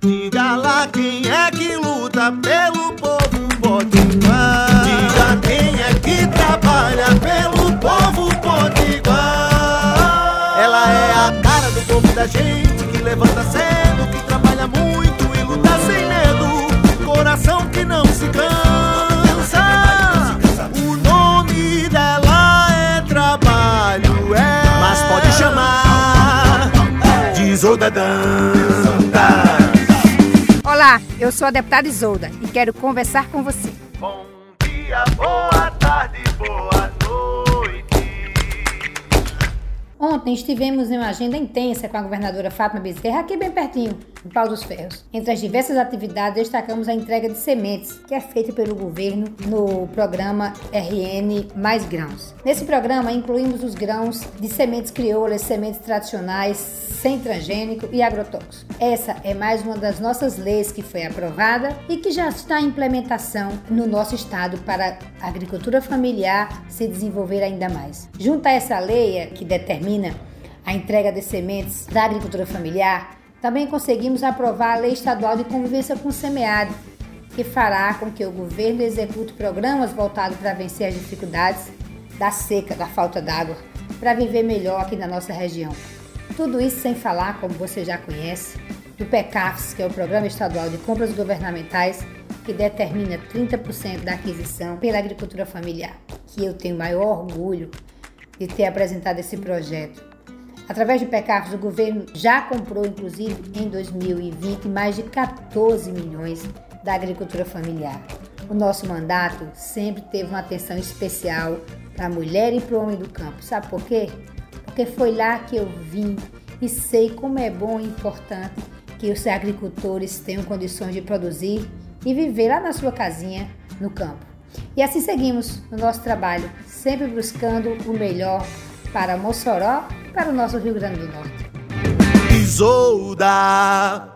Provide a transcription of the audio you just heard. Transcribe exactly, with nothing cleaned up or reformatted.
Diga lá quem é que luta pelo povo potiguar. Diga quem é que trabalha pelo povo potiguar. Ela é a cara do povo da gente, que levanta cedo, que trabalha muito e luta sem medo. Coração que não se cansa. O nome dela é trabalho, é. Mas pode chamar de Isolda Dantas. Olá, eu sou a deputada Isolda e quero conversar com você. Bom dia, boa tarde, boa noite. Ontem estivemos em uma agenda intensa com a governadora Fátima Bezerra, aqui bem pertinho, em Pau dos Ferros. Entre as diversas atividades, destacamos a entrega de sementes, que é feita pelo governo no programa R N Mais Grãos. Nesse programa, incluímos os grãos de sementes crioulas, sementes tradicionais, sem transgênico e agrotóxico. Essa é mais uma das nossas leis que foi aprovada e que já está em implementação no nosso estado para a agricultura familiar se desenvolver ainda mais. Junto a essa lei que determina a entrega de sementes da agricultura familiar, também conseguimos aprovar a Lei Estadual de Convivência com o Semiárido, que fará com que o governo execute programas voltados para vencer as dificuldades da seca, da falta d'água, para viver melhor aqui na nossa região. Tudo isso sem falar, como você já conhece, do P E C A F S, que é o Programa Estadual de Compras Governamentais, que determina trinta por cento da aquisição pela agricultura familiar, que eu tenho maior orgulho de ter apresentado esse projeto. Através do P E C A F S, o governo já comprou, inclusive, em dois mil e vinte, mais de quatorze milhões da agricultura familiar. O nosso mandato sempre teve uma atenção especial para a mulher e para o homem do campo. Sabe por quê? Porque foi lá que eu vim e sei como é bom e importante que os agricultores tenham condições de produzir e viver lá na sua casinha, no campo. E assim seguimos no nosso trabalho, sempre buscando o melhor para Mossoró e para o nosso Rio Grande do Norte. Isolda.